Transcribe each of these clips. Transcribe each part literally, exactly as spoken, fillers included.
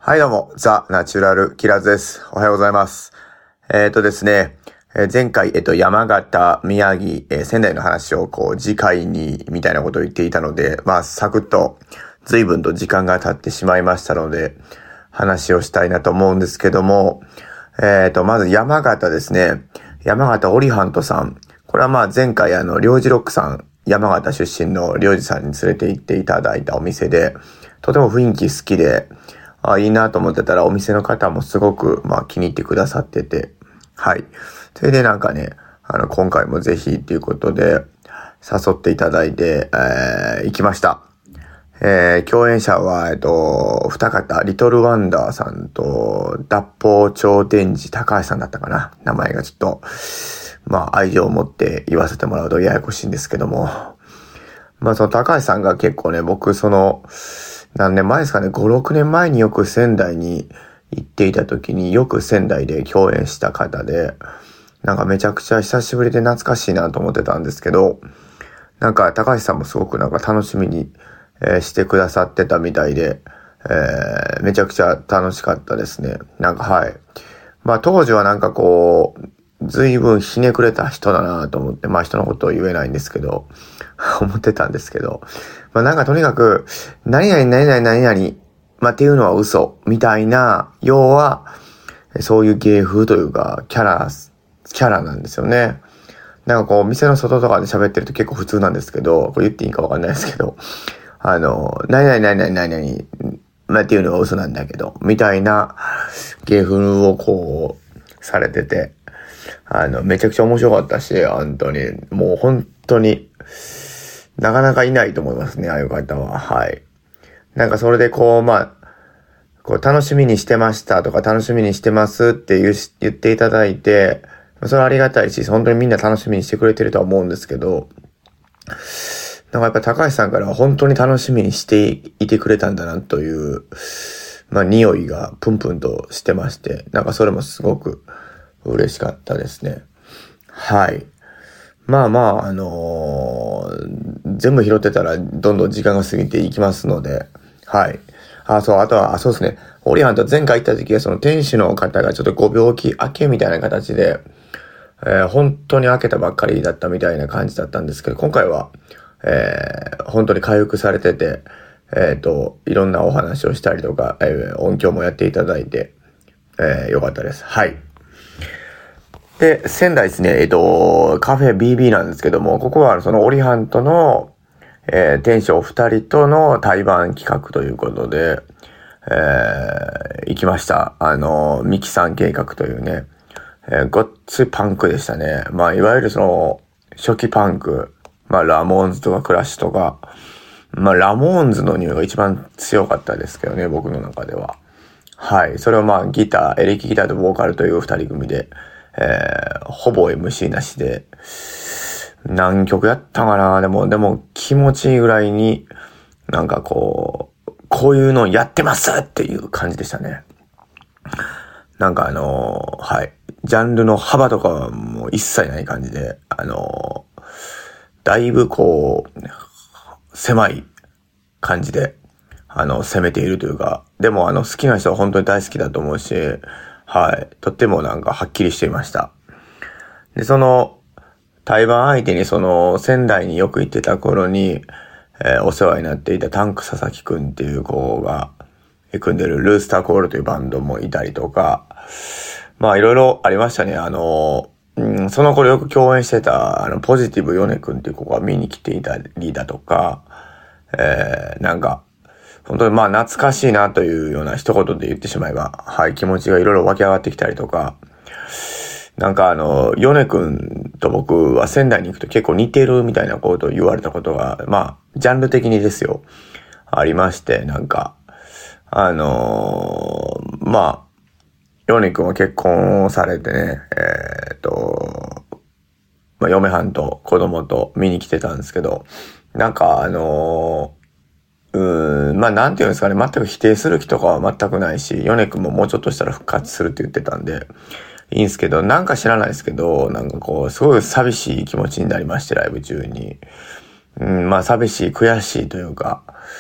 はいどうも、ザ・ナチュラル・キラーズです。おはようございます。えっ、ー、とですね、えー、前回、えっ、と、山形、宮城、えー、仙台の話をこう、次回に、みたいなことを言っていたので、まあ、サクッと、随分と時間が経ってしまいましたので、話をしたいなと思うんですけども、えっ、ー、と、まず山形ですね。山形オリハントさん。これはまあ、前回、あの、領事ロックさん、山形出身の領事さんに連れて行っていただいたお店で、とても雰囲気好きで、あ、いいなと思ってたらお店の方もすごく、まあ気に入ってくださってて、はい。それでなんかね、あの、今回もぜひっていうことで、誘っていただいて、えー、行きました。えー、共演者は、えっと、二方、リトルワンダーさんと、脱法超天寺高橋さんだったかな。名前がちょっと、まあ愛情を持って言わせてもらうとややこしいんですけども。まあその高橋さんが結構ね、僕その、何年前ですかね、ご、ろくねんまえによく仙台に行っていた時によく仙台で共演した方で、なんかめちゃくちゃ久しぶりで懐かしいなと思ってたんですけど、なんか高橋さんもすごくなんか楽しみに、えー、してくださってたみたいで、えー、めちゃくちゃ楽しかったですね。なんかはい。まあ当時はなんかこう、随分ひねくれた人だなと思って、まあ人のことを言えないんですけど、思ってたんですけど、まあなんかとにかく、何々何々何々、まあっていうのは嘘、みたいな、要は、そういう芸風というか、キャラ、キャラなんですよね。なんかこう、店の外とかで喋ってると結構普通なんですけど、これ言っていいかわかんないですけど、あの、何々何々何々、まあっていうのは嘘なんだけど、みたいな芸風をこう、されてて、あの、めちゃくちゃ面白かったし、本当に、もう本当に、なかなかいないと思いますね、ああいう方は。はい。なんかそれでこう、まあ、こう、楽しみにしてましたとか、楽しみにしてますって言うし言っていただいて、それはありがたいし、本当にみんな楽しみにしてくれてるとは思うんですけど、なんかやっぱ高橋さんからは本当に楽しみにしていてくれたんだなという、まあ、匂いがプンプンとしてまして、なんかそれもすごく嬉しかったですね。はい。まあまあ、あのー、全部拾ってたらどんどん時間が過ぎていきますので、はい。あ、そう、あとは、あ、そうですね。オリハンと前回行った時はその店主の方がちょっとご病気明けみたいな形で、えー、本当に明けたばっかりだったみたいな感じだったんですけど、今回は、えー、本当に回復されてて、えっと、いろんなお話をしたりとか、えー、音響もやっていただいて、えー、よかったです。はい。で、仙台ですね、えっと、カフェ ビービー なんですけども、ここはそのオリハントの、えー、店主お二人との対バン企画ということで、えー、行きました。あの、ミキさん計画というね、えー、ごっついパンクでしたね。まあ、いわゆるその、初期パンク、まあ、ラモーンズとかクラッシュとか、まあ、ラモーンズの匂いが一番強かったですけどね、僕の中では。はい。それをまあ、ギター、エレキギターとボーカルという二人組で、えー、ほぼ エムシー なしで、何曲やったかな。でも、でも気持ちいいぐらいに、なんかこう、こういうのやってますっていう感じでしたね。なんかあのー、はい。ジャンルの幅とかはもう一切ない感じで、あのー、だいぶこう、狭い感じで、あの、攻めているというか、でもあの、好きな人は本当に大好きだと思うし、はい。とってもなんかはっきりしていました。で、その、対バン相手にその、仙台によく行ってた頃に、えー、お世話になっていたタンク佐々木くんっていう子が、組んでるルースターコールというバンドもいたりとか、まあいろいろありましたね。あの、うん、その頃よく共演してた、あの、ポジティブヨネくんっていう子が見に来ていたりだとか、えー、なんか、本当にまあ懐かしいなというような一言で言ってしまえば、はい、気持ちがいろいろ湧き上がってきたりとか、なんかあの、ヨネくんと僕は仙台に行くと結構似てるみたいなことを言われたことが、まあ、ジャンル的にですよ、ありまして、なんか、あのー、まあ、ヨネくんは結婚されてね、えー、っと、まあ、嫁はんと子供と見に来てたんですけど、なんかあのー、うーん、まあなんていうんですかね、全く否定する気とかは全くないし、ヨネくんももうちょっとしたら復活するって言ってたんで、いいんですけど、なんか知らないですけど、なんかこう、すごい寂しい気持ちになりまして、ライブ中に。うん、まあ寂しい、悔しいというか、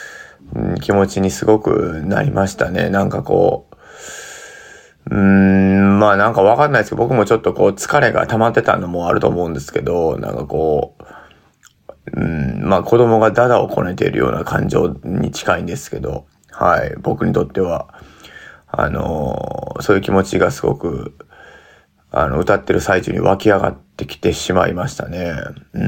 うん、気持ちにすごくなりましたね。なんかこう、うーん、まあなんかわかんないですけど、僕もちょっとこう疲れが溜まってたのもあると思うんですけど、なんかこう、うん、まあ子供がダダをこねているような感情に近いんですけど、はい、僕にとっては、あのー、そういう気持ちがすごく、あの、歌ってる最中に湧き上がってきてしまいましたね。うん。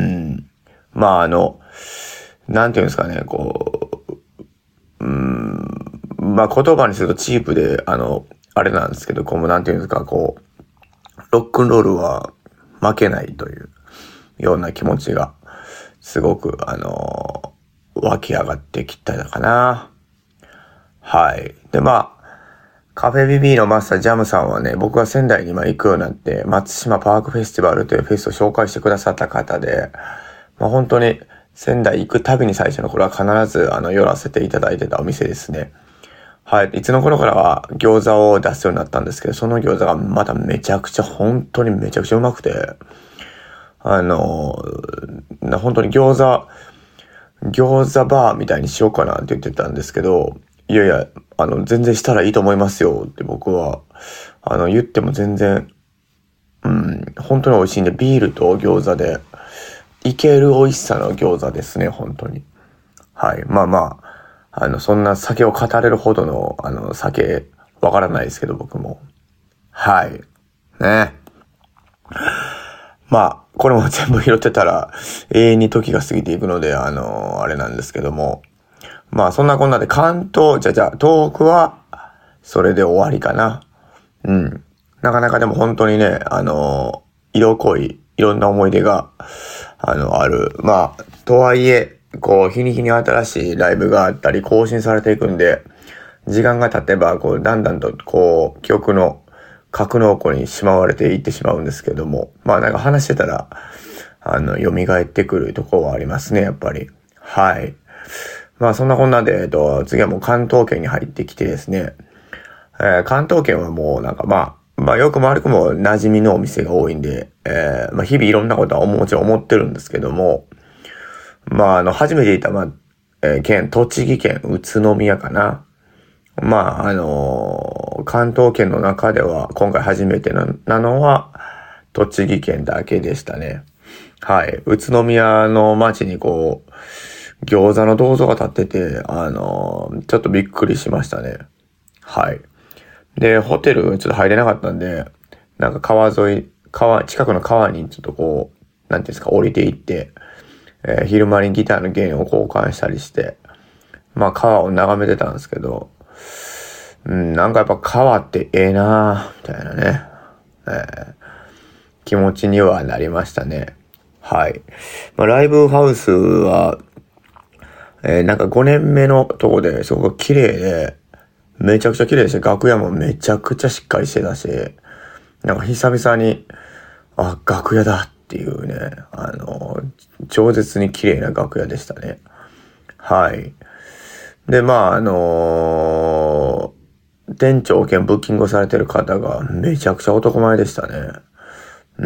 まああの、なんていうんですかね、こう、うーん、まあ言葉にするとチープで、あの、あれなんですけど、こう、なんていうんですか、こう、ロックンロールは負けないというような気持ちが、すごく、あのー、湧き上がってきたかな。はい。で、まあ、カフェビビーのマスタージャムさんはね、僕が仙台に今行くようになって、松島パークフェスティバルというフェスを紹介してくださった方で、まあ本当に仙台行くたびに最初の頃は必ずあの寄らせていただいてたお店ですね。はい。いつの頃からは餃子を出すようになったんですけど、その餃子がまためちゃくちゃ本当にめちゃくちゃうまくて、あの、本当に餃子、餃子バーみたいにしようかなって言ってたんですけど、いやいや、あの、全然したらいいと思いますよって僕は、あの、言っても全然、うん、本当に美味しいんで、ビールと餃子で、いける美味しさの餃子ですね、本当に。はい。まあまあ、あの、そんな酒を語れるほどの、あの、酒、わからないですけど、僕も。はい。ね。まあ、これも全部拾ってたら、永遠に時が過ぎていくので、あの、あれなんですけども。まあ、そんなこんなで関東、じゃじゃ東北は、それで終わりかな。うん。なかなかでも本当にね、あの、色濃い、いろんな思い出が、あの、ある。まあ、とはいえ、こう、日に日に新しいライブがあったり、更新されていくんで、時間が経てば、こう、だんだんと、こう、記憶の格納庫にしまわれていってしまうんですけども、まあ、なんか話してたら、あの、蘇ってくるところはありますね、やっぱり。はい。まあ、そんなこんなで、えっと、次はもう関東圏に入ってきてですね、えー、関東圏はもうなんかまあ、まあよくも悪くも馴染みのお店が多いんで、えー、まあ日々いろんなことはもちろん思ってるんですけども、まああの、初めて行った、まあ、えー、県、栃木県宇都宮かな。まああのー、関東圏の中では今回初めてな、なのは、栃木県だけでしたね。はい。宇都宮の街にこう、餃子の銅像が立ってて、あのー、ちょっとびっくりしましたね。はい。で、ホテルちょっと入れなかったんで、なんか川沿い、川、近くの川にちょっとこう、なんていうんですか、降りていって、えー昼間にギターの弦を交換したりして、まあ川を眺めてたんですけど、うん、なんかやっぱ川ってええなぁ、みたいなね、えー、気持ちにはなりましたね。はい。まあ、ライブハウスは、えー、なんかごねんめのとこですごく綺麗で、めちゃくちゃ綺麗でした。楽屋もめちゃくちゃしっかりしてたし、なんか久々に、あ、楽屋だっていうね、あの、超絶に綺麗な楽屋でしたね。はい。で、まあ、あのー、店長兼ブッキングをされてる方がめちゃくちゃ男前でしたね。うん。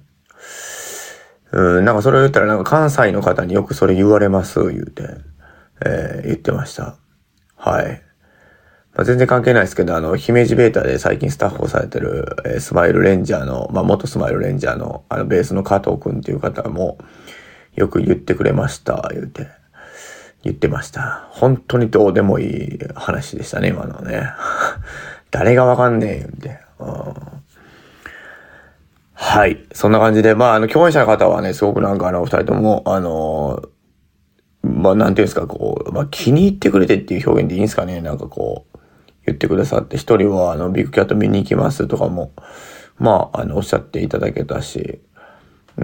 うん、なんかそれを言ったらなんか関西の方によくそれ言われます、言うて、えー、言ってました。はい。まあ、全然関係ないですけど、あの、姫路ベータで最近スタッフをされてる、えー、スマイルレンジャーの、まあ、元スマイルレンジャーの、あの、ベースの加藤くんっていう方も、よく言ってくれました、言うて、言ってました。本当にどうでもいい話でしたね、今のね。誰がわかんねえ、言うて。うんはい。そんな感じで、まあ、あの、共演者の方はね、すごくなんかあの、二人とも、あのー、まあ、なんていうんですか、こう、まあ、気に入ってくれてっていう表現でいいんですかね、なんかこう、言ってくださって、一人はあの、ビッグキャット見に行きますとかも、まあ、あの、おっしゃっていただけたし、うん、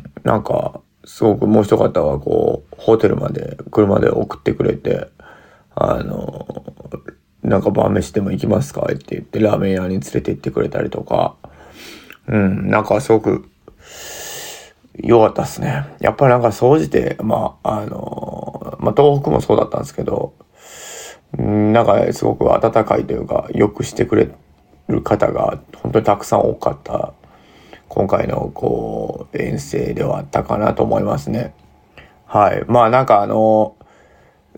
なんか、すごくもう一方はこう、ホテルまで、車で送ってくれて、あの、なんか晩飯でも行きますかって言って、ラーメン屋に連れて行ってくれたりとか、うん、なんかすごく、良かったですね。やっぱりなんか総じて、まあ、あの、まあ、東北もそうだったんですけど、なんかすごく温かいというか、よくしてくれる方が本当にたくさん多かった今回のこう遠征ではあったかなと思いますね。はい。まあなんかあの、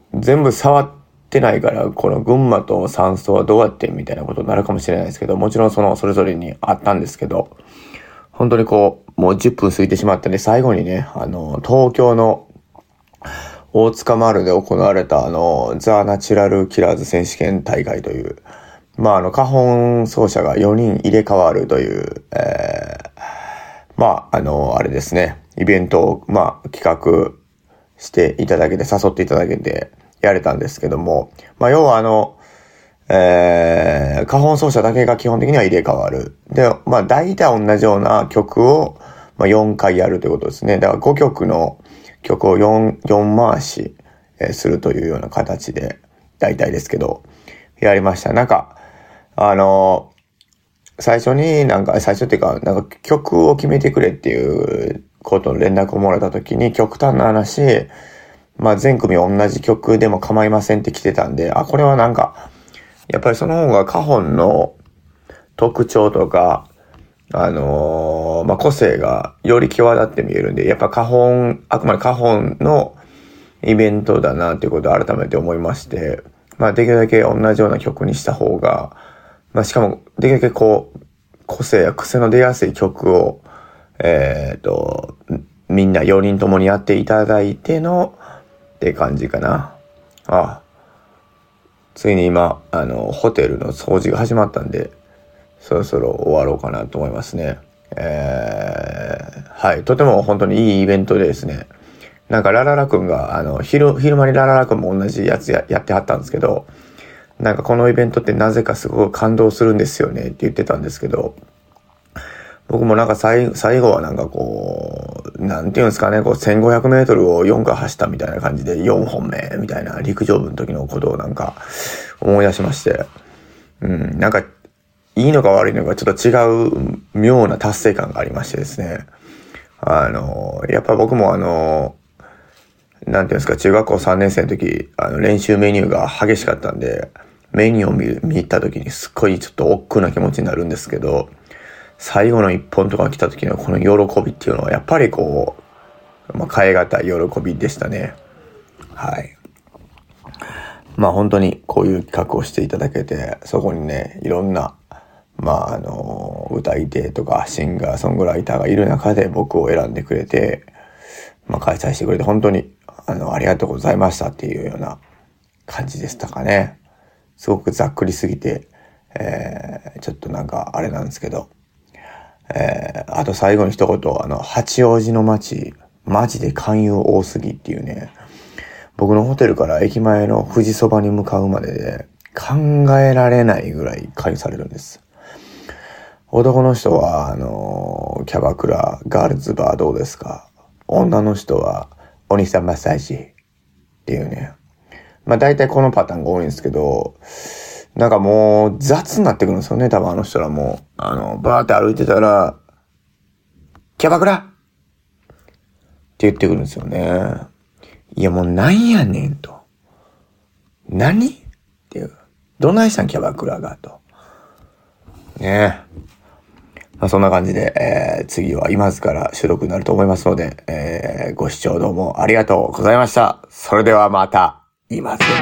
全部触ってないから、この群馬と山荘はどうやってみたいなことになるかもしれないですけど、もちろんそのそれぞれにあったんですけど、本当にこう、もうじゅっぷん過ぎてしまったんで、最後にね、あの、東京の大塚マールで行われたあの、ザ・ナチュラル・キラーズ選手権大会という、まああの、花本奏者がよにん入れ替わるという、えー、まああの、あれですね、イベントを、まあ企画していただけて、誘っていただけてやれたんですけども、まあ要はあの、えー、花本奏者だけが基本的には入れ替わる。で、まあ大体同じような曲を、まあ、よんかいやるということですね。だからごきょくの曲をよん、よん回し、えー、するというような形で、大体ですけど、やりました。なんか、あのー、最初になんか、最初っていうか、なんか曲を決めてくれっていうことの連絡をもらったときに、極端な話、まあ全組同じ曲でも構いませんって来てたんで、あ、これはなんか、やっぱりその方が花本の特徴とか、あのー、まあ、個性がより際立って見えるんで、やっぱ花本、あくまで花本のイベントだなっていうことを改めて思いまして、まあ、できるだけ同じような曲にした方が、まあ、しかも、できるだけこう、個性や癖の出やすい曲を、えっと、みんなよにんともにやっていただいての、って感じかな。ああ。ついに今、あの、ホテルの掃除が始まったんで、そろそろ終わろうかなと思いますね。えー、はい。とても本当にいいイベントでですね。なんかラララくんが、あの、昼、昼間にラララくんも同じやつや、やってはったんですけど、なんかこのイベントってなぜかすごく感動するんですよねって言ってたんですけど、僕もなんか最、最後はなんかこう、なんていうんですかね、こうせんごひゃくメートルをよんかい走ったみたいな感じでよんほんめみたいな陸上部の時のことをなんか思い出しまして、うん、なんかいいのか悪いのかちょっと違う妙な達成感がありましてですね、あの、やっぱ僕もあの、なんていうんですか、中学校さんねん生の時、あの練習メニューが激しかったんで、メニューを見る、見に行った時にすっごいちょっと億劫な気持ちになるんですけど、最後の一本とか来た時のこの喜びっていうのはやっぱりこう、まあ、変え難い喜びでしたね。はい。まあ本当にこういう企画をしていただけて、そこにね、いろんな、まああの、歌い手とかシンガー、ソングライターがいる中で僕を選んでくれて、まあ開催してくれて本当に、あの、ありがとうございましたっていうような感じでしたかね。すごくざっくりすぎて、えー、ちょっとなんかあれなんですけど、えー、あと最後に一言、あの、八王子の街、マジで勧誘多すぎっていうね、僕のホテルから駅前の富士そばに向かうまでで考えられないぐらい勧誘されるんです。男の人は、あの、キャバクラ、ガールズバーどうですか？女の人は、お兄さんマッサージっていうね。まあ大体このパターンが多いんですけど、なんかもう雑になってくるんですよね、多分あの人らも。あの、バーって歩いてたら、キャバクラって言ってくるんですよね。いやもうなんやねんと。何っていう。どないしたんキャバクラがと。ねえ。まあ、そんな感じで、えー、次は今津から収録になると思いますので、えー、ご視聴どうもありがとうございました。それではまた、今津。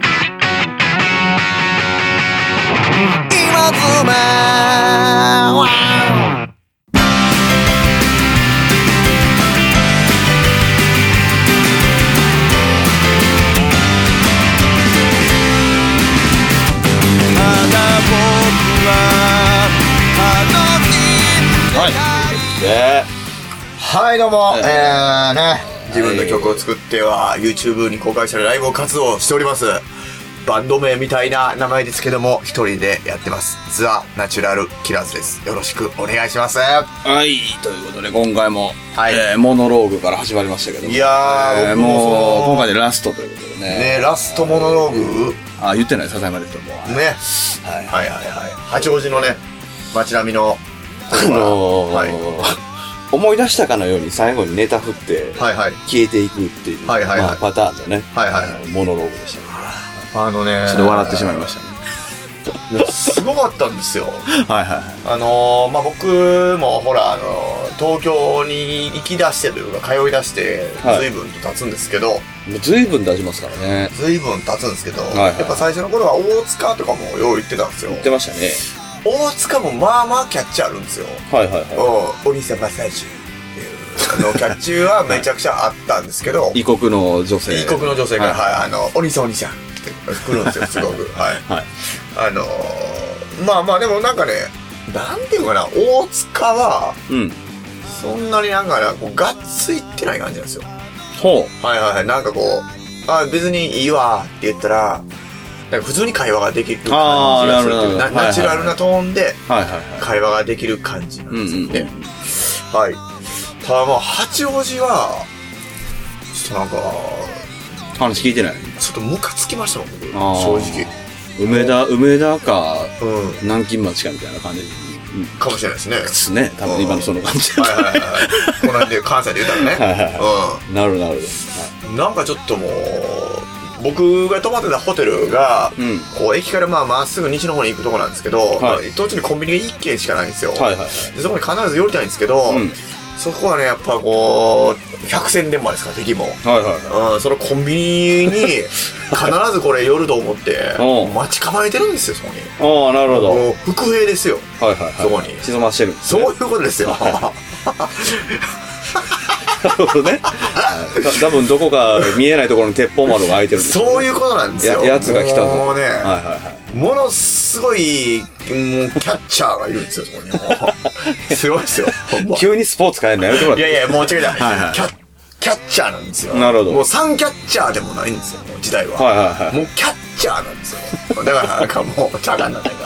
今津めはい。で、はい、どうも、えー、えー、ね、自分の曲を作っては YouTube に公開したライブを活動しております。バンド名みたいな名前ですけども、一人でやってます。ザ・ナチュラル・キラーズです。よろしくお願いします。 はい、ということで今回も、はい、えー、モノローグから始まりましたけども。 いやー、 えー、もう、今回でラストということでね。 ね、ラストモノローグあ、言ってない、笹山でとも。 ね。はい、はい、はいはい。八王子のね、街並みの、 あのーはい、思い出したかのように最後にネタ振って、はいはい、消えていくっていう、はいはいはい、まあ、パターンのね、はいはいはい、モノローグでしたね。 あのね、 ちょっと笑ってしまいましたね。 と。 すごかったんですよ。 はいはい。 あのー、まあ、僕もほら、あのー、東京に行き出してというか、通い出して、随分と経つんですけど、はい、 随分経ちますからね。 随分経つんですけど、はいはい、やっぱ最初の頃は大塚とかもよう行ってたんですよ。 行ってましたね。 大塚もまあまあキャッチあるんですよ。 はいはいはい。 お、お兄さんマッサージっていう、あの、キャッチはめちゃくちゃあったんですけど、 異国の女性。 異国の女性から、はい、はい、あの、お兄さんお兄さんって来るんですよ、すごく。はい。はい。あのー、まあまあでもなんかね、なんていうかな、大塚は、うん。そんなになんかな、こう、がっついってない感じなんですよ。 ほう。 はいはいはい。なんかこう、あ、別にいいわって言ったら、なんか普通に会話ができる感じがするっていう、ナチュラルなトーンで、会話ができる感じなんですよね。はい。ただまあ、八王子は、ちょっとなんか、 話聞いてない？ ちょっとムカつきましたもん、僕。正直。 梅田、梅田か、うん、南京町かみたいな感じ。 かもしれないですね。 ですね。多分今のその感じ。 はいはいはい。この辺で関西で言ったらね。はいはいはい。うん。なるなる。 なんかちょっともう、僕が泊まってたホテルが、うん、こう駅からまあまっすぐ西の方に行くとこなんですけど、はい、まあ、途中にコンビニがいっけんしかないんですよ。はいはいはい、でそこに必ず寄りたいんですけど、うん、そこはね、やっぱこう、百戦錬磨ですから、敵も。はいはいはい、うん。そのコンビニに、必ずこれ寄ると思って、待ち構えてるんですよ、そこに。 ああ、なるほど。もう、 伏兵ですよ。 はいはいはい。 そこに。 沈ましてるんですね。 そういうことですよ。 なるほどね。多分どこか見えないところに鉄砲窓が開いてるんですよ、ね。 そういうことなんですよ。 や、やつが来たぞ。 もうね、 はいはいはい。 ものすごい、もう、キャッチャーがいるんですよ、そこに。すごいですよ。 急にスポーツ変えるのやめてもらって。 いやいや、もう違う違う。はいはい、キャッ、キャッチャーなんですよ。 なるほど。 もうさんキャッチャーでもないんですよ、もう時代は。はいはいはい。もうキャッチャーなんですよ。だからなんかもう、ちゃがんなんないか。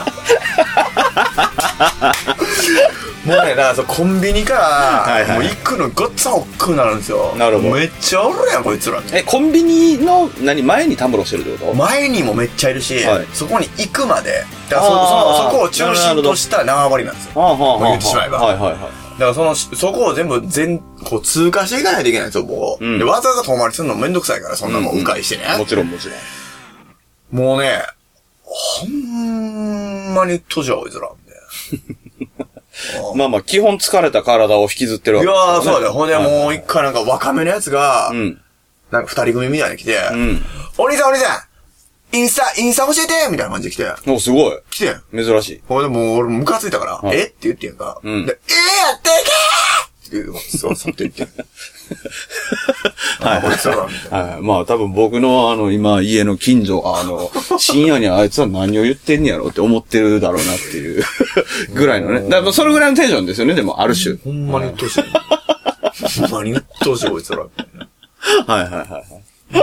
もうね、だからそうコンビニから、はいはい、もう行くのごっつぁ億劫になるんですよ。 なるほど。 めっちゃおるやん、こいつら。 え、コンビニの、何、前にたむろしてるってこと？ 前にもめっちゃいるし、はい、そこに行くまで、だからそ、そ、そこを中心とした縄張りなんですよ。言ってしまえば。はいはいはい。だからその、そこを全部全、こう通過していかないといけないんですよ、もう。うん、で、わざわざ遠回りするのめんどくさいから、そんなもん迂回してね、うんうん。 もちろんもちろん。もうね、ほんまに閉じはおいずらんで。 まあまあ、基本疲れた体を引きずってるわけですよね。いやー、そうだよ。ほんでもう一回なんか若めのやつが、うん、なんか二人組みたいに来て、うん、お兄さんお兄さんインスタ、インスタ教えてみたいな感じで来て。 お、すごい。 来てん。 珍しい。 ほんでもう俺ムカついたから、はい、えって言ってんか。うん、で、えー、やっていけーって言う、そう、そうって言って。 はい。はい。まあ多分僕のあの今家の近所があの深夜にあいつは何を言ってんねやろって思ってるだろうなっていうぐらいのね。だからそれぐらいのテンションですよね、でもある種。 ほんまにうっとうしい。ほんまにうっとうしいこいつら。 はいはいはい。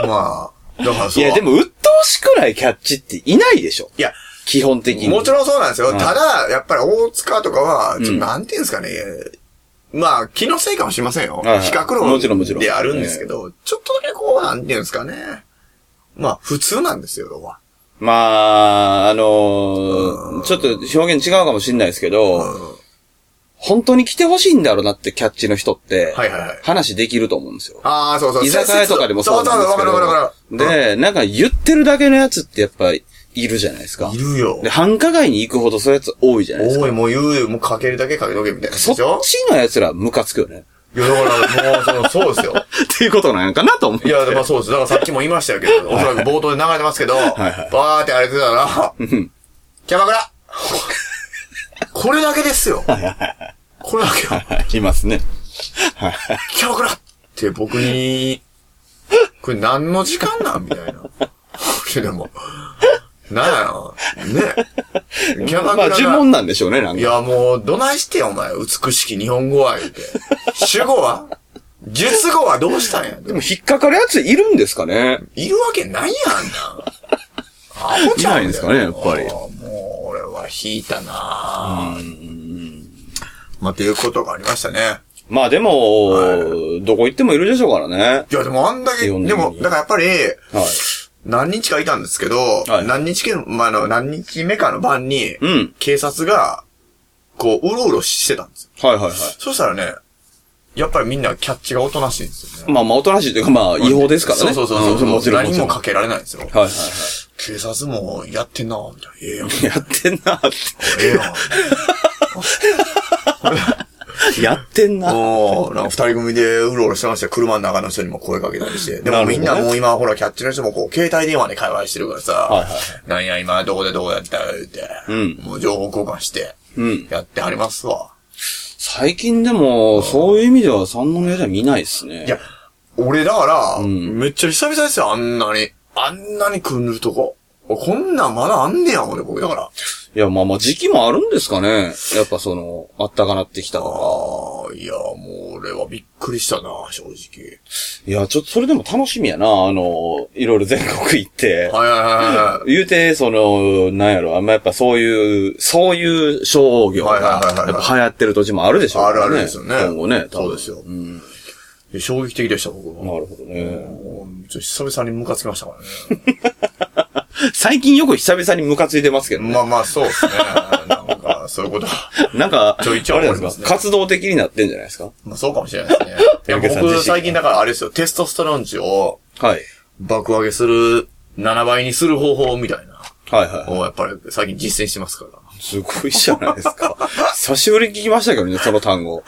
まあ、だからそう。 いやでもうっとうしくないキャッチっていないでしょ。 いや、 基本的に。 もちろんそうなんですよ。ただ、やっぱり大塚とかは、ちょっとなんていうんですかね。まあ、気のせいかもしれませんよ。はいはい、比較論であるんですけど、ちょっとだけこう、なんていうんですかね。まあ、普通なんですよ、ロは。 まあ、あのー、ちょっと表現違うかもしれないですけど、本当に来てほしいんだろうなってキャッチの人って、はいはいはい、話できると思うんですよ。 ああ、そうそう。 居酒屋とかでもそうなんですけど。 そうそう、わかるわかるわかる。で、なんか言ってるだけのやつってやっぱり、いるじゃないですか。 いるよ。 で、繁華街に行くほどそういうやつ多いじゃないですか。 多い、もう言う、もうかけるだけかけとけみたいな。 そっちのやつらムカつくよね。 いや、だから、もう、そうですよ。 っていうことなんかなと思って。 いや、まあそうです。だからさっきも言いましたけど、おそらく冒頭で流れてますけど、はいはい、バーってあれてたら、キャバクラこれだけですよ。これだけよ。 いますね。 キャバクラって僕に、これ何の時間なんみたいな。これでも、なんやろ。ね。 キャバクラ。まあ呪文なんでしょうね、なんか。 いや、もう、どないしてよ、お前。美しき日本語は言うて。主語は術語はどうしたんや。 でも引っかかるやついるんですかね。 いるわけないやんな。アホちゃうんだよ。いないんですかね、やっぱり。もう、俺は引いたなぁ。うん。まあ、っていうことがありましたね。 まあでも、はい、どこ行ってもいるでしょうからね。 いや、でもあんだけ、でも、だからやっぱり、はい、何日かいたんですけど、はい、何日け、まあ、の、何日目かの晩に、うん、警察が、こう、うろうろしてたんですよ。はいはいはい。そしたらね、 やっぱりみんなキャッチがおとなしいんですよね。 まあまあおとなしいというかまあ違法ですからね。 そうそうそうそう。 もちろん。 何もかけられないんですよ。 はいはいはい。 警察もやってんな、みたいな。ええやん。 やってんなって。 ええやん。 やってんな。 もう、なんか二人組でうろうろしてましたよ。車の中の人にも声かけたりして。でもみんなもう今、ほら、キャッチの人もこう、携帯電話で会話してるからさ。はいはい。なんや、今、どこでどこやったら、って。うん。もう情報交換して。うん。やってはりますわ。 最近でも、そういう意味では三宮じゃ見ないっすね。 いや、俺だから、うん、めっちゃ久々ですよ、あんなに。あんなに来るとこ。こんなんまだあんねや、俺、僕だから。 いや、まあまあ時期もあるんですかね。やっぱその、あったかなってきたとか。ああ、いや、もう俺はびっくりしたな、正直。 いや、ちょっとそれでも楽しみやな、あの、いろいろ全国行って。 はいはいはい。 言うて、その、なんやろ、あんまやっぱそういう、そういう商業が、やっぱ流行ってる土地もあるでしょうね。 あるあるですよね。 今後ね。 そうですよ。うん。衝撃的でした、僕は。 なるほどね。 ちょっと久々にムカつきましたからね。 最近よく久々にムカついてますけどね。 まあまあそうですね。なんか、そういうこと。 なんか、 ちょいちょい思いますね。 活動的になってんじゃないですか。 まあそうかもしれないですね。いや僕最近だからあれですよ、テストステロン値を、はい。爆上げする、ななばいにする方法みたいな。はいはい。をやっぱり最近実践してますから。 すごいじゃないですか。久しぶりに聞きましたけどね、その単語。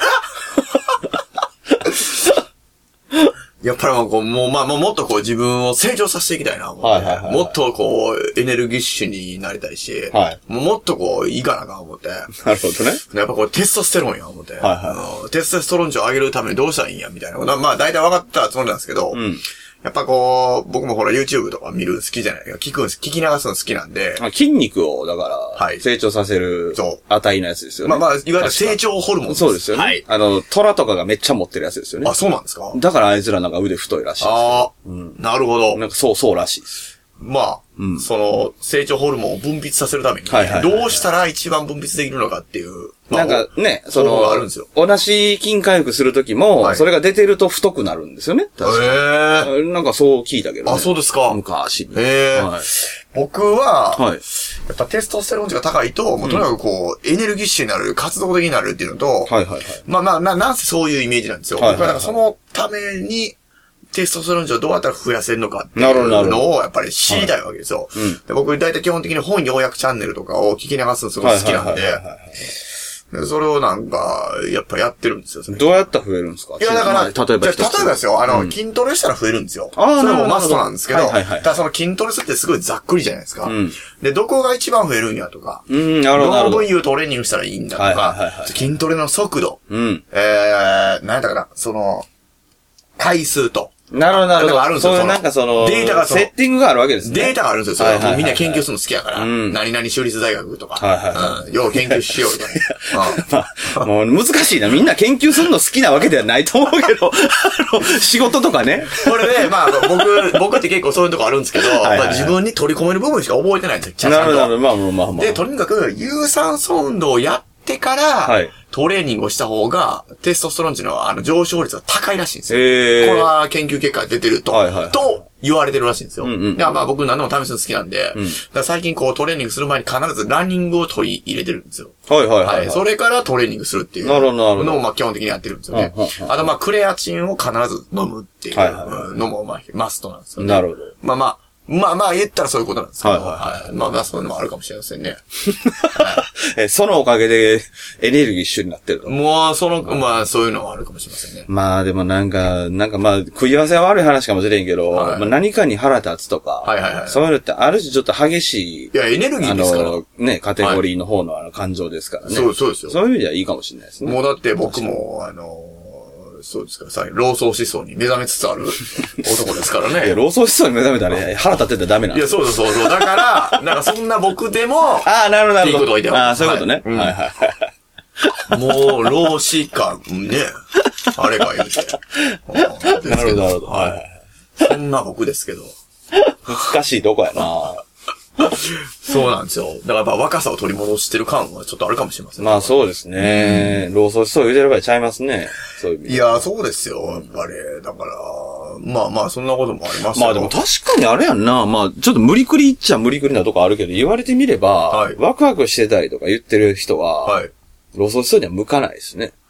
やっぱりもうこう、もうまあもっとこう自分を成長させていきたいな。はいはいはい。もっとこう、エネルギッシュになりたいし。はい。もうもっとこう、いいかなか思って。なるほどね。 やっぱこう、テストステロンや思って。はいはい。テストステロン値を上げるためにどうしたらいいんや、みたいな。まあ大体分かったつもりなんですけど。うん。やっぱこう、僕もほら YouTube とか見るの好きじゃないか。聞くんです、聞き流すの好きなんで。 筋肉を、だから、はい。成長させる、そう。値のやつですよね。 まあまあ、いわゆる成長ホルモン。 そうですよね。はい。あの、虎とかがめっちゃ持ってるやつですよね。 あ、そうなんですか？ だからあいつらなんか腕太いらしいです。 ああ、うん。なるほど。 なんかそうそうらしいです。 まあ、うん、その、成長ホルモンを分泌させるために、はいはいはいはい、どうしたら一番分泌できるのかっていう。 まあ、なんかね、その、あるんですよ。同じ筋回復するときも、はい、それが出てると太くなるんですよね。確かに。へー。なんかそう聞いたけどね。 あ、そうですか。 昔に。 へー。はい、僕は、はい、やっぱテストステロン値が高いと、もうとにかくこう、エネルギッシュになる、活動的になるっていうのと、はいはいはい。まあまあ、な、なんせそういうイメージなんですよ。はいはいはい、僕はなんかそのために、テストステロン値をどうやったら増やせるのかっていうのをやっぱり知りたいわけですよ。はいうん、で僕大体基本的に本要約チャンネルとかを聞き流すのすごい好きなんで、それをなんか、やっぱやってるんですよ。 どうやったら増えるんですか？ いやだから、例えば、例えばですよ、あの、うん、筋トレしたら増えるんですよ。あそれもマストなんですけど、はいはいはい、ただその筋トレするってすごいざっくりじゃないですか。うん、で、どこが一番増えるんやとか、うん、なるほど。どの部位をトレーニングしたらいいんだとか、はいはいはい、筋トレの速度、うん、えー、何やったかな、その、回数と、 なるほど、なるほど。 あるんですよ。 そういうなんかその、データがセッティングがあるわけですね。 データがあるんですよ。それみんな研究するの好きやから。うん、何々州立大学とか。はいはいはい。うん、よう研究しようとか。 まあ、もう難しいな。みんな研究するの好きなわけではないと思うけど、あの、仕事とかね。 これで、まあ、僕、僕って結構そういうとこあるんですけど、はいはいはい、まあ自分に取り込める部分しか覚えてないんですよ。ちゃんと。 なるほど、なるほど。まあまあまあ。 で、とにかく、有酸素運動をやってから、はい。トレーニングをした方が、テストステロン値のあの上昇率が高いらしいんですよ。へー。これは研究結果が出てると、はいはいはい、と言われてるらしいんですよ。うんうん、いやまあ僕何でも試すの好きなんで、うん、だから最近こうトレーニングする前に必ずランニングを取り入れてるんですよ。はいはいはい、はい。はい。それからトレーニングするっていうのをまあ基本的にやってるんですよね。あとまあクレアチンを必ず飲むっていうのもまあマストなんですよね。なるほど。まあまあ、まあまあ言ったらそういうことなんですけど、はいはいはい、まあまあそういうのもあるかもしれませんね。 はい、えそのおかげでエネルギー一緒になってると。 もうその、まあそういうのはあるかもしれませんね。 まあでもなんか、なんかまあ食い合わせは悪い話かもしれんけど、はい、まあ、何かに腹立つとか、はいはいはい、そういうのってある種ちょっと激しい、 いやエネルギーですから。 あのね、カテゴリーの方のあの感情ですからね。 そうそうですよ。 そういう意味ではいいかもしれないですね。 もうだって僕も、あの、そうですからさ、老荘思想に目覚めつつある男ですからね。 いや、老荘思想に目覚めたら、ね、腹立ってたらダメなんですよ。いや、そうそうそう。だから、なんかそんな僕でも、 ああ、なるほど、なるほど。 ああ、そういうことね。はい、はいはいはい。もう、老子感、ね。あれが言うて。 なるほど、なるほど。はいはい。 そんな僕ですけど。 難しいとこやな。 そうなんですよ。だからやっぱ若さを取り戻してる感はちょっとあるかもしれませんね。まあそうですね。老荘思想言うてる場合ちゃいますね。そういう意味。 いや、そうですよ。やっぱり。だから、まあまあそんなこともありますよ。 まあでも確かにあれやんな。まあちょっと無理くり言っちゃ無理くりなとこあるけど、言われてみれば、はい、ワクワクしてたりとか言ってる人は、はい、老荘思想には向かないですね。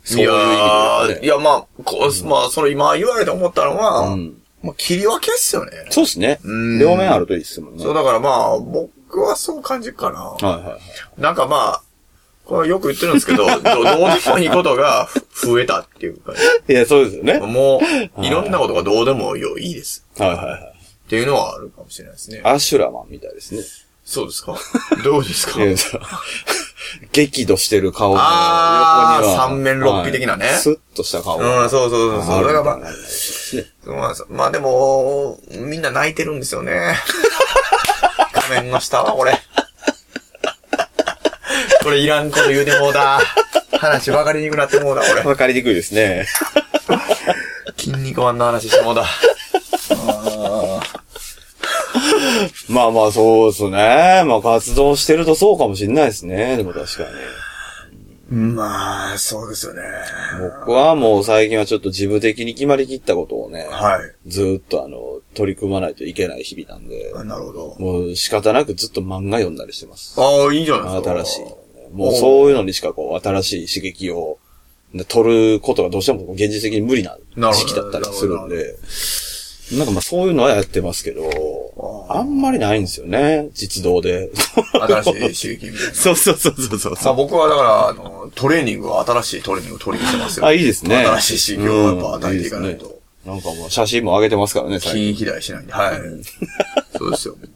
そういう意味で、ね。いやー、いや、まあ、こう、まあ、その今言われて思ったのは、うん、まあ、切り分けっすよね。 そうですね。両面あるといいっすもんね。 そう、だからまあ、僕はそう感じるかな。はいはいはい。なんかまあ、これよく言ってるんですけど、ど, どうでもいいことが増えたっていうか、 いや、そうですよね。 もう、いろんなことがどうでもいいです。 はいはいはい。 っていうのはあるかもしれないですね。 アシュラマンみたいですね。 そうですか。どうですか。 激怒してる顔の横には。ああ、三面六臂的なね。 スッとした顔。 うん、そうそうそうそう。だからまあ、まあ、まあでも、みんな泣いてるんですよね。画面の下は、これ。これいらんこと言うてもうだ。話分かりにくくなってもうだ、これ。 分かりにくいですね。 筋肉マンの話してもうだ。 まあまあそうですね。まあ活動してるとそうかもしれないですね。でも確かに。まあ、そうですよね。 僕はもう最近はちょっと事務的に決まりきったことをね。 はい。 ずーっとあの、取り組まないといけない日々なんで。 なるほど。 もう仕方なくずっと漫画読んだりしてます。 ああ、いいじゃないですか。 新しい。もうそういうのにしかこう、新しい刺激を取ることがどうしても現実的に無理な時期だったりするんで。なんかまあそういうのはやってますけど、あんまりないんですよね、実動で。 新しい刺激みたいな。 そうそうそうそうそう。 まあ僕はだから、あの、トレーニングは新しいトレーニングを取り入れてますよ。 あ、いいですね。 新しい刺激をやっぱ与えていかないと。うん、いいね、 なんかもう写真も上げてますからね、 最近。筋肥大しないんで。はい。そうですよ。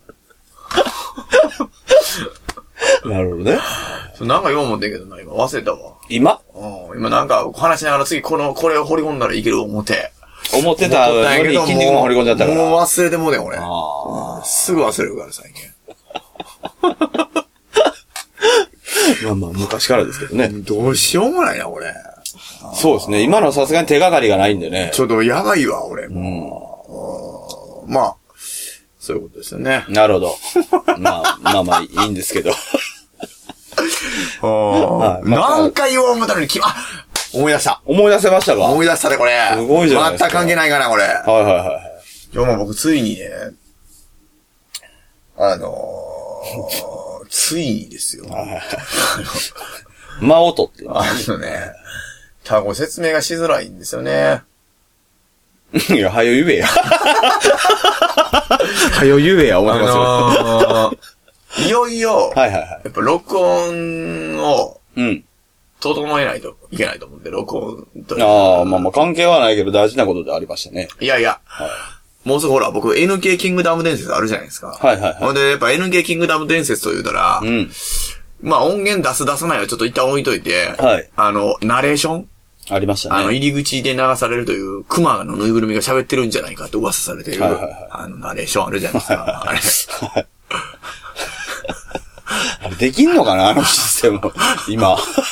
なるほどね。 なんかよう思ってんけどな、今忘れたわ。 今うん。今なんか話しながら次この、これを掘り込んだらいける思って。 思ってたのに筋肉も掘り込んじゃったから。 もう忘れてもうね、俺。あすぐ忘れるから、最近。 まあまあ、昔からですけどね。 どうしようもないな、俺。 そうですね。今のはさすがに手がかりがないんでね。 ちょっとやばいわ、俺。もう、うん、まあ、そういうことですよね。 なるほど。まあ、まあまあ、いいんですけど。 はい、何回言おう思ったのに、き、あ思い出した。 思い出せましたか？ 思い出したね、これ。 すごいじゃないですか。 全く関係ないかな、これ。はいはいはい。 今日も僕、ついにね、あのー、ついにですよ。 間を取って。 あのね、多分説明がしづらいんですよね。 いや、はよ言えや。はよ言えや、思ってますよ。 あのー、いよいよ、 はいはいはい。 やっぱ録音を、 うん。 整えないといけないと思って、録音と。 ああ、まあまあ関係はないけど大事なことでありましたね。 いやいや、はい、もうすぐほら、僕 エヌケー キングダム伝説あるじゃないですか。 はいはいはい。 ほんで、やっぱ エヌケー キングダム伝説と言うたら、 うん。 まあ音源出す出さないはちょっと一旦置いといて、 はい。 あの、ナレーションありましたね。 あの、入り口で流されるという、熊のぬいぐるみが喋ってるんじゃないかと噂されている、はいはいはい、あの、ナレーションあるじゃないですか。あれ。はいあれできんのかなあのシステム。今。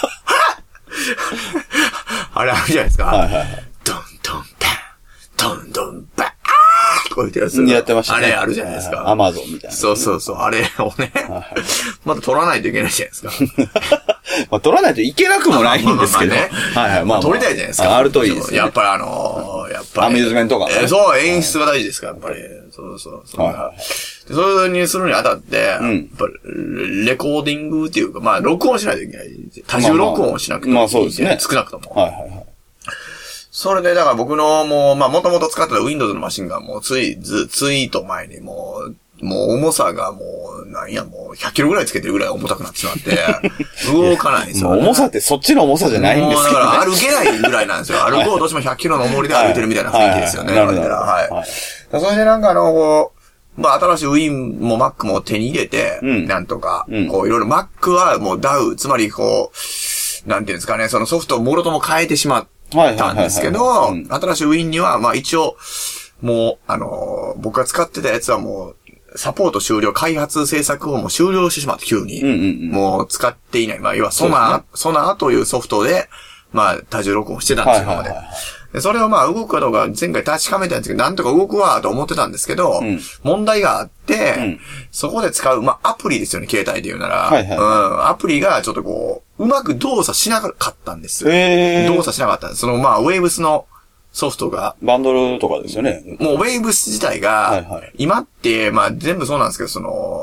あれあるじゃないですか。 はいはいはい。 ドンドンパン、ドンドンパン、あーこう言ってやつ。 やってましたね。 あれあるじゃないですか。 アマゾンみたいな、ね。 そうそうそう。あれをね、はい、まだ撮らないといけないじゃないですか。 まあ撮らないといけなくもないんですけど。 まあまあまあね、はいはい。まあ、まあ、撮りたいじゃないですか。 あるといいですね。 やっぱりあのー、やっぱり。 アミューズメント感、ねえー。そう、演出が大事ですから、やっぱり。そうそうそう。はいはいはい。それにするにあたって、うん、やっぱり、レコーディングっていうか、まあ、録音しないといけない。多重録音をしなくてもいい、まあまあ、まあそうですね。少なくとも。 はいはいはい。 それで、だから僕のもう、まあ、もともと使ってた Windows のマシンがもう、つい、ず、ツイート前にもう、もう重さがもう、なんや、もうひゃっキロぐらいつけてるぐらい重たくなってしまって、動かないんですよ、ね。 重さってそっちの重さじゃないんですけど、ね。 だから歩けないぐらいなんですよ。歩こうとしてもひゃっキロの重りで歩いてるみたいな雰囲気ですよね。 なるほど。 はい。それでなんかあの、こう、まあ、新しい Win も Mac も手に入れて、うん、なんとか、うん、こういろいろ Mac はもう ダウ、つまりこう、なんていうんですかね、そのソフトをもろとも変えてしまったんですけど、新しい Win には、まあ一応、もう、あのー、僕が使ってたやつはもう、サポート終了、開発制作をもう終了してしまって、急に。 うんうんうん、 もう使っていない。まあ、要はソナー、ね、ソナーというソフトで、まあ、多重録音してたんですよ、今まで。でそれをまあ、動くかどうか、前回確かめたんですけど、なんとか動くわと思ってたんですけど、うん、問題があって、うん、そこで使う、まあ、アプリですよね、携帯で言うなら。はいはいはい、うん。アプリがちょっとこう、うまく動作しなかったんです。 へー。 動作しなかったんです。そのまあ、Waves の、ソフトが。 バンドルとかですよね。 もう Waves 自体が、はいはい、今って、まあ全部そうなんですけど、その、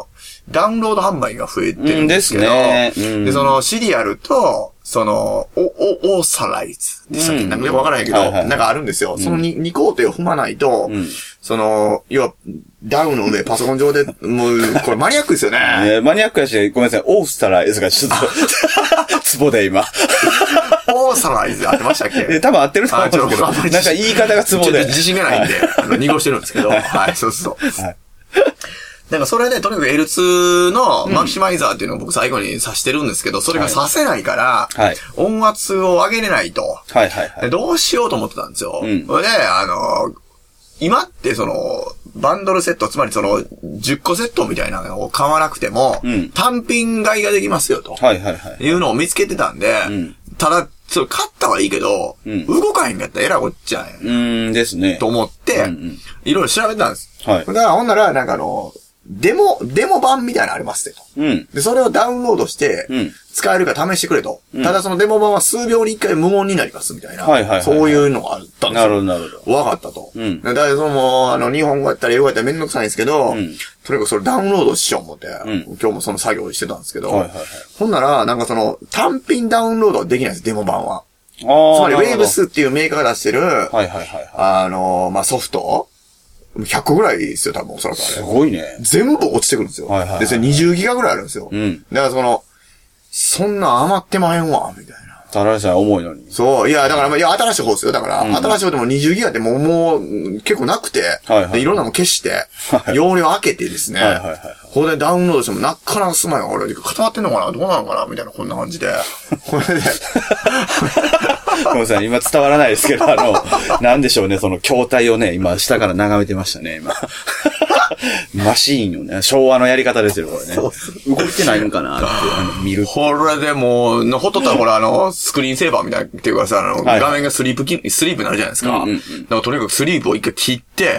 ダウンロード販売が増えてるんですけど、 うんですね。うん、 で、そのシリアルと、その、お、お、オーサライズでしたっけ、うん、なんかよくわからないけど、はいはい、なんかあるんですよ。うん、その 2, 2工程を踏まないと、うん、その、要は、ダウンの上、パソコン上で、もう、これマニアックですよね。 ねマニアックやし、ごめんなさい、オーサライズがちょっと、ツボで今。 オーサライズ合ってましたっけ多分合ってると思うんですけど、なんか言い方がツボで。ちょっと自信がないんで、あの、濁してるんですけど、はい、そうそう。はいなんかそれで、とにかく エルツー のマキシマイザーっていうのを僕最後に指してるんですけど、それが指せないから、はい、音圧を上げれないと。 はいはいはい、 どうしようと思ってたんですよ。うん、それで、あの、今ってその、バンドルセット、つまりその、じゅっこセットみたいなのを買わなくても、うん、単品買いができますよと。はいはいはい。いうのを見つけてたんで、うん、ただ、それ買ったはいいけど、うん、動かへんかったらえらいこっちゃんや。 うんですね。 と思って、うんうん、いろいろ調べたんです。はい。だからほんなら、なんかあの、デモ、デモ版みたいなのありますってと。うん。で、それをダウンロードして、うん。使えるか試してくれと。うん。ただそのデモ版は数秒に一回無音になりますみたいな。はいはいはい、はい。そういうのがあったんですよ。なるほどなるほど。わかったと。うん。だからその、あの、日本語やったら英語やったらめんどくさいんですけど、うん。とにかくそれダウンロードしよう思って、うん。今日もその作業してたんですけど、はいはいはい。ほんなら、なんかその、単品ダウンロードはできないんです、デモ版は。ああ。つまり、ウェーブスっていうメーカーが出してる、はいはいはい、はい。あの、まあ、ソフトひゃっこぐらいですよ、多分、おそらくあれ。 すごいね。 全部落ちてくるんですよ。はいはい、はい。で、それにじゅうギガぐらいあるんですよ。うん。だからその、そんな余ってまへんわ、みたいな。 ただでさえ重いのに。 そう。いや、だから、いや、新しい方ですよ。だから、うん、新しい方でもにじゅうギガってもう、もう、結構なくて、はいはい、で、いろんなも消して、はい、容量開けてですね、はいはいはい。これでダウンロードしてもなかなかすまんよ。俺、固まってんのかなどうなのかなみたいな、こんな感じで。これで。 ごめんなさい、今伝わらないですけど、あの、なんでしょうね、その筐体をね、今、下から眺めてましたね、今。マシーンよね。昭和のやり方ですよ、これね。そうそう動いてないんかなって、あの、見る。 これでもう、ほっとったらこれあの、スクリーンセーバーみたいな、っていうかさ、あの、はい、画面がスリープき、スリープになるじゃないですか。うんうんうん、だからとにかくスリープを一回切って、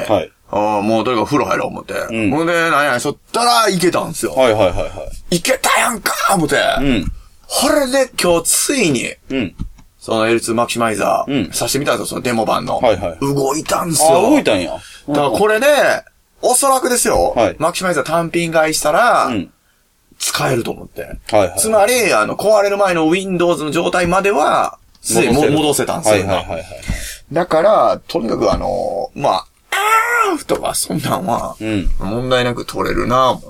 はい、あもうとにかく風呂入ろう思って。うん、ほんで、なんや、そったらいけたんですよ。はいはいはいはい。いけたやんか思って。うん。これで今日ついに、うん。その エルツー マキシマイザー、うん。さしてみたんですよ、そのデモ版の。はいはい。動いたんすよ。 あ、動いたんや。 だからこれで、おそらくですよ。はい。マキシマイザー単品買いしたら、うん。使えると思って。はいはい。つまり、あの、壊れる前の Windows の状態までは、すでに戻せたんですよ。はいはいはいはい。だから、とにかくあの、まあ、あーとか、そんなんは、うん。問題なく取れるなぁ、思って。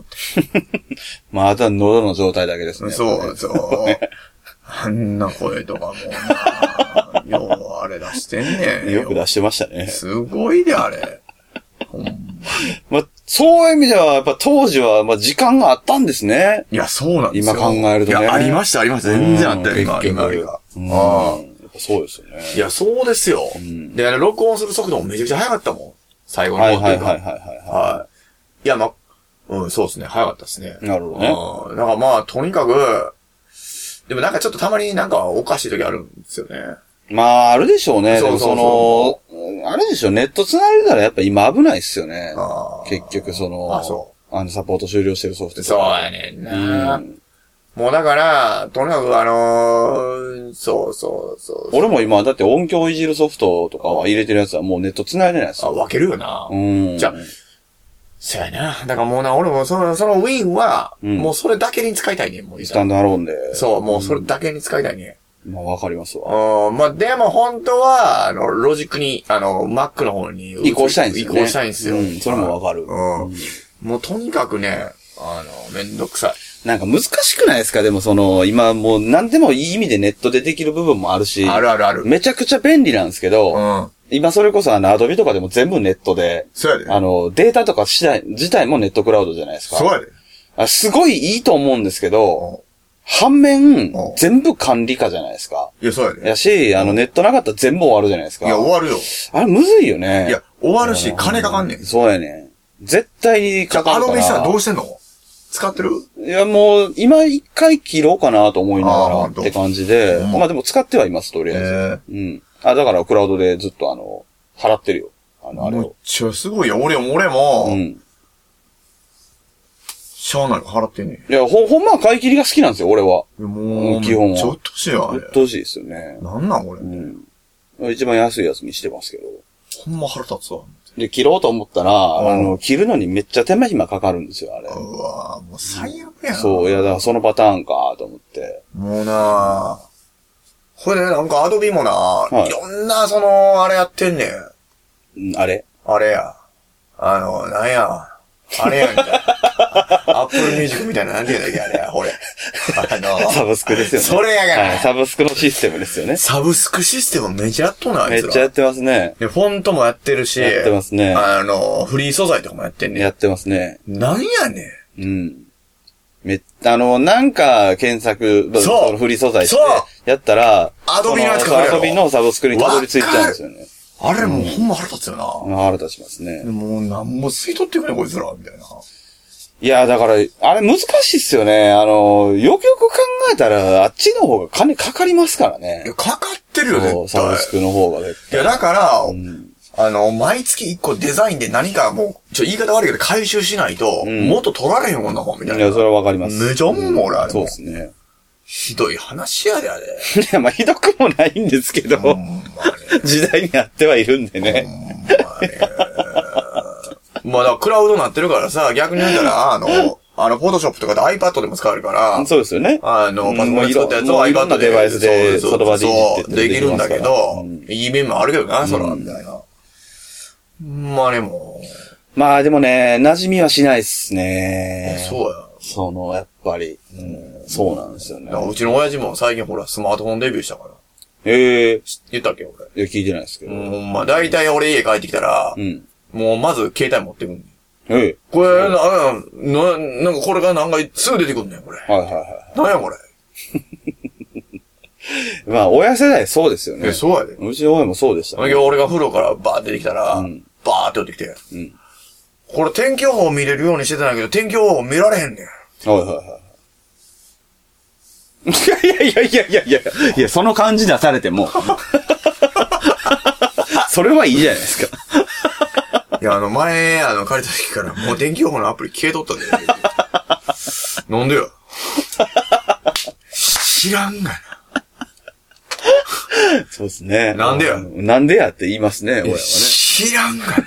まあ、あとは喉の状態だけですね。 そうそう。あんな声とかもな、ようあれ出してんねん。 よく出してましたね。 すごいで、あれ。ほんまに。 まあ、そういう意味では、やっぱ当時は、まあ、時間があったんですね。 いや、そうなんですよ。 今考えるとね。 いや、ありました、ありました。全然あったよ、今、今よりは。 ああ。そうですよね。 いや、そうですよ。うん、で、あれ、録音する速度もめちゃくちゃ速かったもん。最後の方っていうか。はいはいはいはい、はい。はい。いや、まあ、うん、そうですね。早かったですね。 なるほどね。だからまあ、とにかく、でもなんかちょっとたまになんかおかしい時あるんですよね。 まあ、あるでしょうね。そうそうそう。でもその、あれでしょ、ネット繋いでたらやっぱ今危ないっすよね。結局その、あ、そう。あの、サポート終了してるソフトとか。 そうやねんな、うん。もうだから、とにかくあのー、そうそうそう俺も今、だって音響いじるソフトとかは入れてるやつはもうネット繋いでないですよ。 あ、分けるよな。うん。じゃあ、そうやな。だからもうな、俺もその、そのウィンは、うん、もうそれだけに使いたいねん、もう。 スタンドアローンで。 そう、もうそれだけに使いたいねん。まあわかりますわ。 うん、まあでも本当は、あの、ロジックに、あの、Mac の方に移行したいんですよ、ね。 移行したいんですよ。うん、 それもわかる。 うん。うん、もうとにかくね、あの、めんどくさい。 なんか難しくないですか？でもその、今もう何でもいい意味でネットでできる部分もあるし。 あるあるある。 めちゃくちゃ便利なんですけど、うん。今それこそあの、アドビとかでも全部ネットで、 そうやで。 あの、データとか自体、自体もネットクラウドじゃないですか。 そうやで。 あ、すごいいいと思うんですけど、反面、全部管理下じゃないですか。 いや、そうやで。 やし、あの、ネットなかったら全部終わるじゃないですか。 いや、終わるよ。 あれむずいよね。 いや、終わるし、金かかんねん。 そうやねん。絶対にかかるから。 アドビさ、どうしてんの？使ってる？ いや、もう、今一回切ろうかなと思いながらって感じで、うん、まあでも使ってはいます、とりあえず。うん。あ、だからクラウドでずっとあの、払ってるよ。あの、あれを。 めっちゃすごいよ。俺も、俺も、うん。しゃあないから払ってんねん。 いや、ほ、ほんまは買い切りが好きなんですよ、俺は。 もう、基本は。ちょっとしよ、あれ。 ちょっとしいですよね。 なんなん、俺。 うん。一番安いやつにしてますけど。 ほんま腹立つわ。 で、切ろうと思ったら、あの、切るのにめっちゃ手間暇かかるんですよ、あれ。 うわもう最悪やん。 そう、いや、だからそのパターンか、と思って。 もうなぁ。これね、なんかアドビもな、はい、いろんな、その、あれやってんねん。んあれあれや。あの、なんや。あれやんか。アップルミュージックみたいな、なんて言うんだっけ、あれや、ほれ。あの、 サブスクですよね。 それやがな、 はい。サブスクのシステムですよね。 サブスクシステムめっちゃやっとんな、あいつら。 めっちゃやってますね。 で、フォントもやってるし。 やってますね。 あの、フリー素材とかもやってんねん。 やってますね。 なんやねん。うん。め、あの、なんか検索、 そう。 そのフリー素材して、やったら、 アドビのやつかかるやろ。 アドビのサブスクにたどり着いちゃうんですよね。 あれもうほんま腹立つよな。 腹立ちますね。 もうなんも吸い取ってくれ、こいつら、みたいな。 いや、だから、あれ難しいっすよね。あの、よくよく考えたら、あっちの方が金かかりますからね。 いや、かかってるよ、絶対。 サブスクの方が絶対。 いや、だから、 うん、 あの、毎月一個デザインで何かもう、ちょ、言い方悪いけど回収しないと、うん、もっと取られへんもんなもん、みたいな。 いや、それはわかります。 めちゃ思うもん、俺、あれ。 そうですね。 ひどい話やで、あれ。 いや、まあ、ひどくもないんですけど、まあね、時代にあってはいるんでね。まあね。 まあ、だからクラウドになってるからさ、逆に言うたら、あの、あの、フォトショップとかで iPad でも使えるから。 そうですよね。 あの、パソコンで作ったやつを iPad で。 デバイスで、その場でいじってできるんだけど、うん、いい面もあるけどな、そら、みたいな。まあでも。 まあでもね、馴染みはしないっすね。 そうや。 その、やっぱり。うん、そうなんですよね。 うちの親父も最近ほら、スマートフォンデビューしたから。 ええー。 言ったっけ、俺。 いや、聞いてないですけど。 うん、まあ大体俺家帰ってきたら、うん、もうまず携帯持ってくんねん。 ええ。 これ、な、な、なんかこれがなんかすぐ出てくんねん、これ。 はいはいはい。 なんやこれ。 まあ、親世代そうですよね。 え、そうやで。 うちの親もそうでしたね。俺が風呂からバーって出てきたら、うん、バーって寄ってきて、うん、これ天気予報見れるようにしてたんだけど、天気予報見られへんねん。 はいはいはい。いやいやいやいやいやいや、その感じ出されても。それはいいじゃないですか。 いや、あの、前、あの、借りた時から、もう天気予報のアプリ消えとったんだよ。なんでよ。知らんがな。 そうですね。 なんでや。 なんでやって言いますね、親はね。 知らんがな。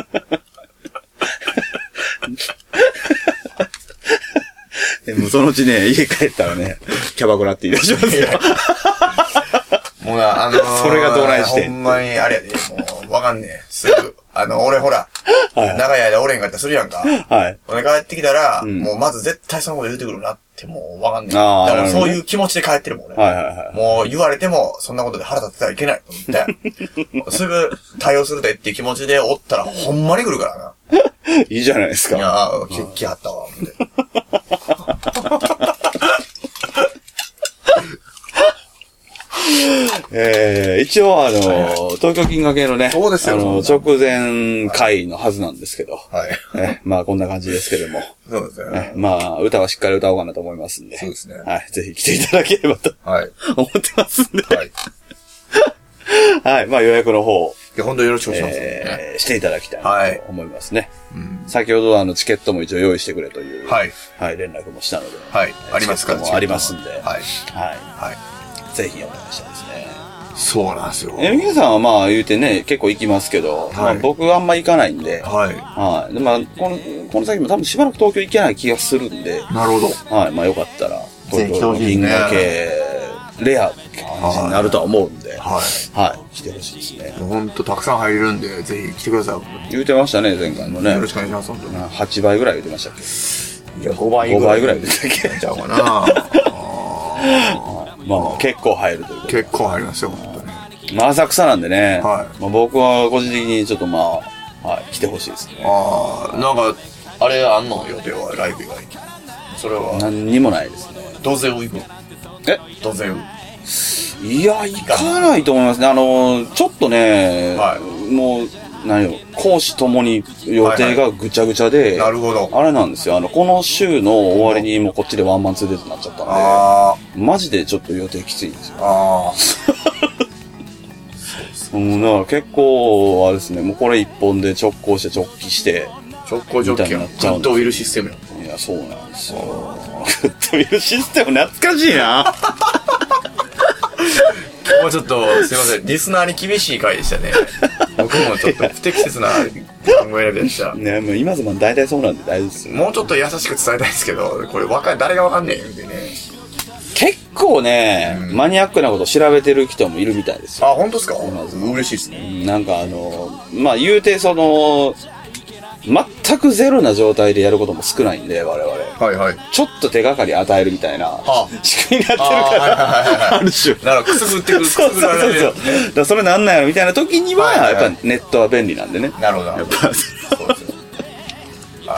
でもそのうちね、家帰ったらね、キャバクラって言い出しますよ。 もうな、あのー、 それがどないして。 ほんまに、あれやで、もう、わかんねえ。すぐ、あの、俺ほら、はい、長い間おれんかったらするやんか。はい。俺帰ってきたら、うん、もうまず絶対そのこと言うてくるなって、もうわかんねえ。ああ。だからそういう気持ちで帰ってるもん、俺。はいはいはい。もう言われても、そんなことで腹立ってたらいけないと思って。すぐ対応するでっていう気持ちでおったら、ほんまに来るからな。 いいじゃないですか。 いやー、き、きはったわ、思って。 えー、一応あの、はいはい、東京金河系のね、 そうですよ、 あの、直前回のはずなんですけど、 はい。 えまあこんな感じですけども。 そうですね。 まあ、歌はしっかり歌おうかなと思いますんで。 そうですね。 はい。ぜひ来ていただければと。はい。思ってますんで。はい。はい。まあ予約の方。 いや、本当によろしくお願いします、ね。 えー、していただきたいなと思いますね。はい、うん、先ほどあの、チケットも一応用意してくれという。はい。はい、連絡もしたので。 はい。ありますか？ もありますんで。はい。はい。 はい。 ぜひお願いしたいですね。 そうなんですよ。 え、皆さんはまあ言うてね、結構行きますけど、はい、まあ僕はあんま行かないんで、はい。はい。で、まあ、この、この先も多分しばらく東京行けない気がするんで、 なるほど。 はい。まあよかったら、東京の銀河系、レアって感じになるとは思うんで、はい。はい。来てほしいですね。 ほんとたくさん入れるんで、ぜひ来てください。 言うてましたね、前回のね。 よろしくお願いします、本当に。 はちばいぐらい言ってましたっけ？ いや、ごばいぐらい。 ごばいぐらい言ってたっけ？ ちゃうかな。 まあ結構入るということで。 結構入りますよ、本当に。 まあ浅草なんでね。はい。まあ僕は個人的にちょっとまあ、はい、来てほしいですね。 ああ、なんか、あれあんの予定は、ライブ以外に。それは。 何にもないですね。 ドゼウ行くの？ え？ ドゼウ。 いや、行かないと思いますね。あの、ちょっとね、はい、もう、何よ、講師ともに予定がぐちゃぐちゃで、はいはい、なるほど。あれなんですよ。あの、この週の終わりにもうこっちでワンマンツーデートになっちゃったんで、あマジでちょっと予定きついんですよ。あうん、だから結構、あれですね、もうこれ一本で直行して直帰して、 直行直帰やん。グッドウィルシステムやん。 いや、そうなんですよ。グッドウィルシステム懐かしいな。 もうちょっと、すいません。リスナーに厳しい回でしたね。僕もちょっと不適切な考えでした。 ね、もう今でも大体そうなんで大丈夫ですよ。 もうちょっと優しく伝えたいですけど、これわか誰がわかんねえんでね。 結構ね、うん、マニアックなこと調べてる人もいるみたいですよ。 あ、本当ですか？嬉しいですね。 なんかあの、まあ言うてその、全くゼロな状態でやることも少ないんで、我々。 はいはい。 ちょっと手がかり与えるみたいな、はあ、仕組みになってるから、ある種。 なるほど、くすぐってくる、くすぐられる。 そうそうそう。だからそれなんなんやろみたいな時には、はいはいはい、やっぱネットは便利なんでね。 なるほど。やっぱそうですよ。 はい。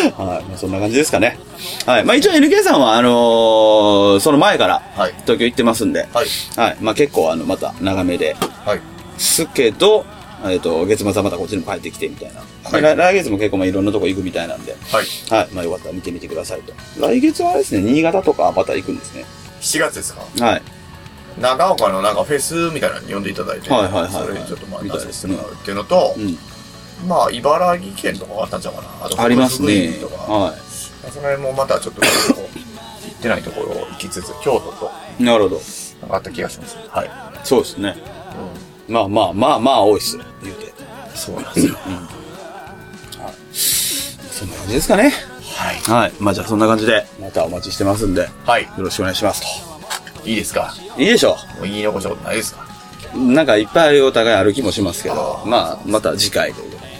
はい。まあそんな感じですかね。はい。まあ一応 エヌケー さんは、あのー、その前から、東京行ってますんで、はい。はい。まあ結構、あの、また長めで、はい。すけど、えっと、月末はまたこっちにも帰ってきてみたいな。はい、来, 来月も結構まあいろんなとこ行くみたいなんで。はい。はい。まあよかったら見てみてくださいと。来月はあれですね、新潟とかまた行くんですね。 しちがつですか？ はい。 長岡のなんかフェスみたいなのに呼んでいただいて、はいはいはい、はい。それにちょっとまあ出させてもらうっていうのと、うん、まあ茨城県とかあったんちゃうかな。 あとありますね。はい。 その辺もまたちょっと行ってないところを行きつつ、京都と。 なるほど。 なんかあった気がします。はい。 そうですね。うん、まあまあまあまあ多いっすよ、言うて。 そうなんですよ。うん、はい。 そんな感じですかね。 はい。 はい。まあじゃあそんな感じで、またお待ちしてますんで。はい。よろしくお願いしますと。いいですか？ いいでしょう。もう言い残したことないですか？ なんかいっぱいお互いある気もしますけど、まあ、また次回ということで。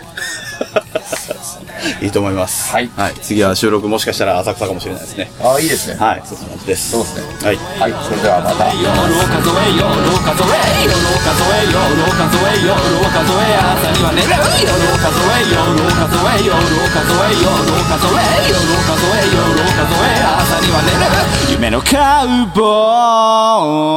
いいと思います。はい。はい。次は収録もしかしたら浅草かもしれないですね。 ああ、いいですね。 はい。そんな感じです。 そうですね。 はい。 はい。それではまた。夜を数えよ、夜を数え、夜を数え、夜を数え、夜を数え、朝には寝る。夜を数え、夜を数え、夜を数え、夜を数え、夜を数え、夜を数え、朝には寝る。夢のカウボーイ。